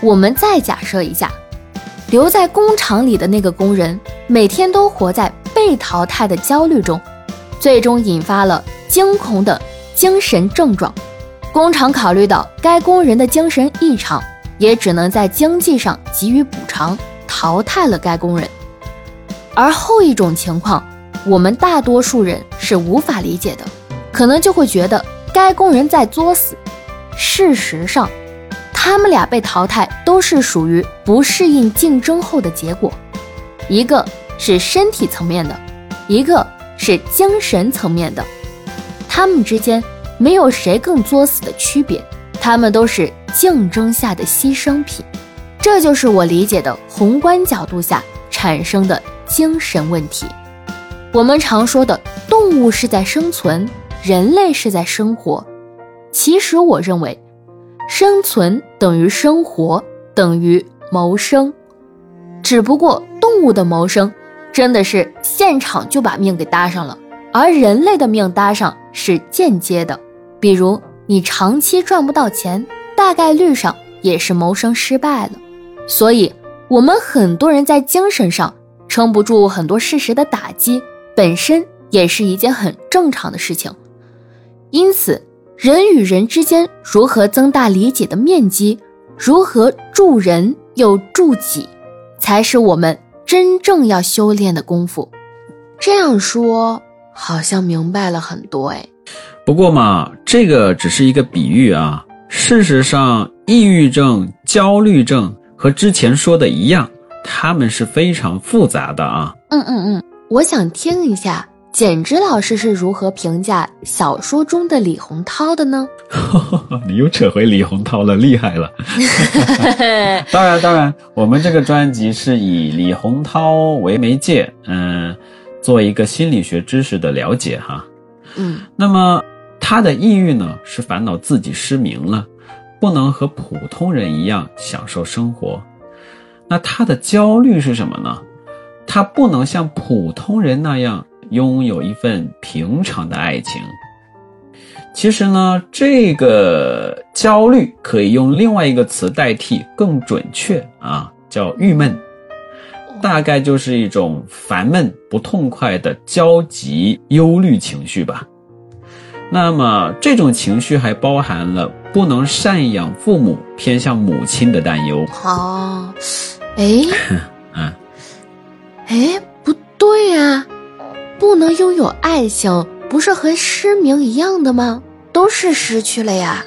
我们再假设一下，留在工厂里的那个工人每天都活在被淘汰的焦虑中，最终引发了惊恐的精神症状。工厂考虑到该工人的精神异常，也只能在经济上给予补偿，淘汰了该工人。而后一种情况，我们大多数人是无法理解的，可能就会觉得该工人在作死。事实上，他们俩被淘汰都是属于不适应竞争后的结果，一个是身体层面的，一个是精神层面的，他们之间没有谁更作死的区别，他们都是竞争下的牺牲品。这就是我理解的宏观角度下产生的精神问题。我们常说的动物是在生存，人类是在生活，其实我认为生存等于生活等于谋生，只不过动物的谋生真的是现场就把命给搭上了，而人类的命搭上是间接的，比如你长期赚不到钱，大概率上也是谋生失败了。所以我们很多人在精神上撑不住很多事实的打击，本身也是一件很正常的事情。因此人与人之间如何增大理解的面积，如何助人又助己，才是我们真正要修炼的功夫。这样说好像明白了很多哎。 不过嘛，这个只是一个比喻啊。事实上，抑郁症、焦虑症和之前说的一样，它们是非常复杂的啊。 我想听一下简直老师是如何评价小说中的李洪涛的呢？ 你又扯回李洪涛了，厉害了。当然我们这个专辑是以李洪涛为媒介，做一个心理学知识的了解哈。那么他的抑郁呢，是烦恼自己失明了，不能和普通人一样享受生活。那他的焦虑是什么呢？他不能像普通人那样拥有一份平常的爱情。其实呢，这个焦虑可以用另外一个词代替，更准确啊，叫郁闷。大概就是一种烦闷不痛快的焦急忧虑情绪吧。那么这种情绪还包含了不能赡养父母，偏向母亲的担忧。 不对啊，不能拥有爱情不是和失明一样的吗？都是失去了呀。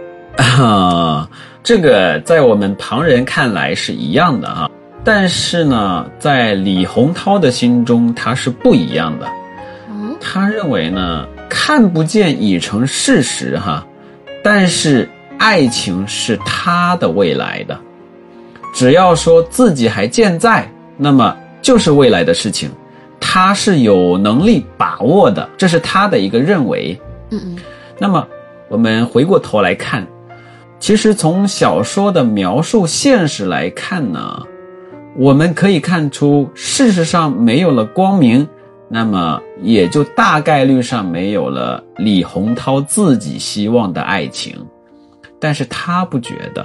这个在我们旁人看来是一样的啊，但是呢，在李洪涛的心中他是不一样的。他认为呢，看不见已成事实哈，但是爱情是他的未来的，只要说自己还健在，那么就是未来的事情，他是有能力把握的，这是他的一个认为。那么我们回过头来看，其实从小说的描述现实来看呢，我们可以看出事实上没有了光明，那么也就大概率上没有了李洪涛自己希望的爱情。但是他不觉得，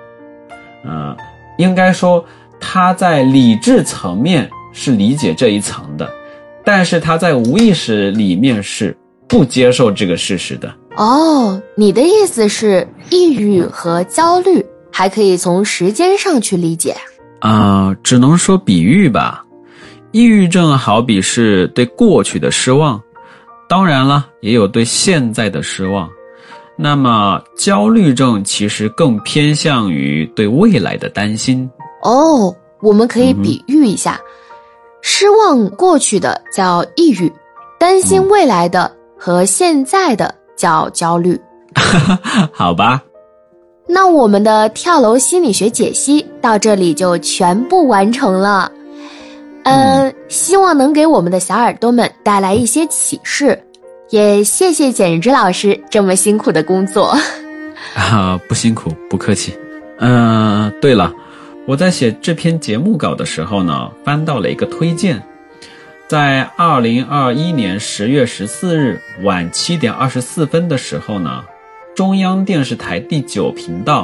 应该说他在理智层面是理解这一层的，但是他在无意识里面是不接受这个事实的。 你的意思是抑郁和焦虑还可以从时间上去理解？ 只能说比喻吧。抑郁症好比是对过去的失望，当然了，也有对现在的失望。那么焦虑症其实更偏向于对未来的担心。 我们可以比喻一下，失望过去的叫抑郁，担心未来的和现在的叫焦虑。 好吧， 那我们的跳楼心理学解析到这里就全部完成了。希望能给我们的小耳朵们带来一些启示，也谢谢简之老师这么辛苦的工作。 不辛苦，不客气。对了，我在写这篇节目稿的时候呢，翻到了一个推荐，在2021年10月14日晚7点24分的时候呢，中央电视台第9频道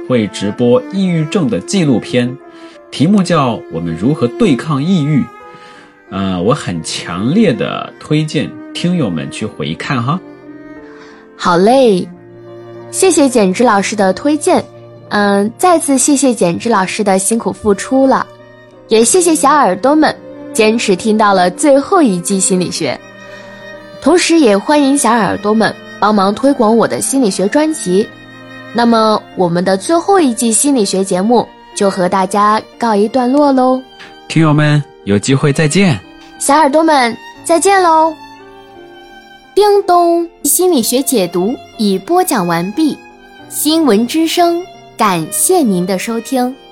会直播抑郁症的纪录片，题目叫《我们如何对抗抑郁》。我很强烈的推荐听友们去回看哈。 好嘞，谢谢简之老师的推荐。再次谢谢简之老师的辛苦付出了，也谢谢小耳朵们坚持听到了最后一季心理学。同时也欢迎小耳朵们帮忙推广我的心理学专辑。那么我们的最后一季心理学节目就和大家告一段落喽。 听友们有机会再见， 小耳朵们再见喽。叮咚，心理学解读已播讲完毕，新闻之声感谢您的收听。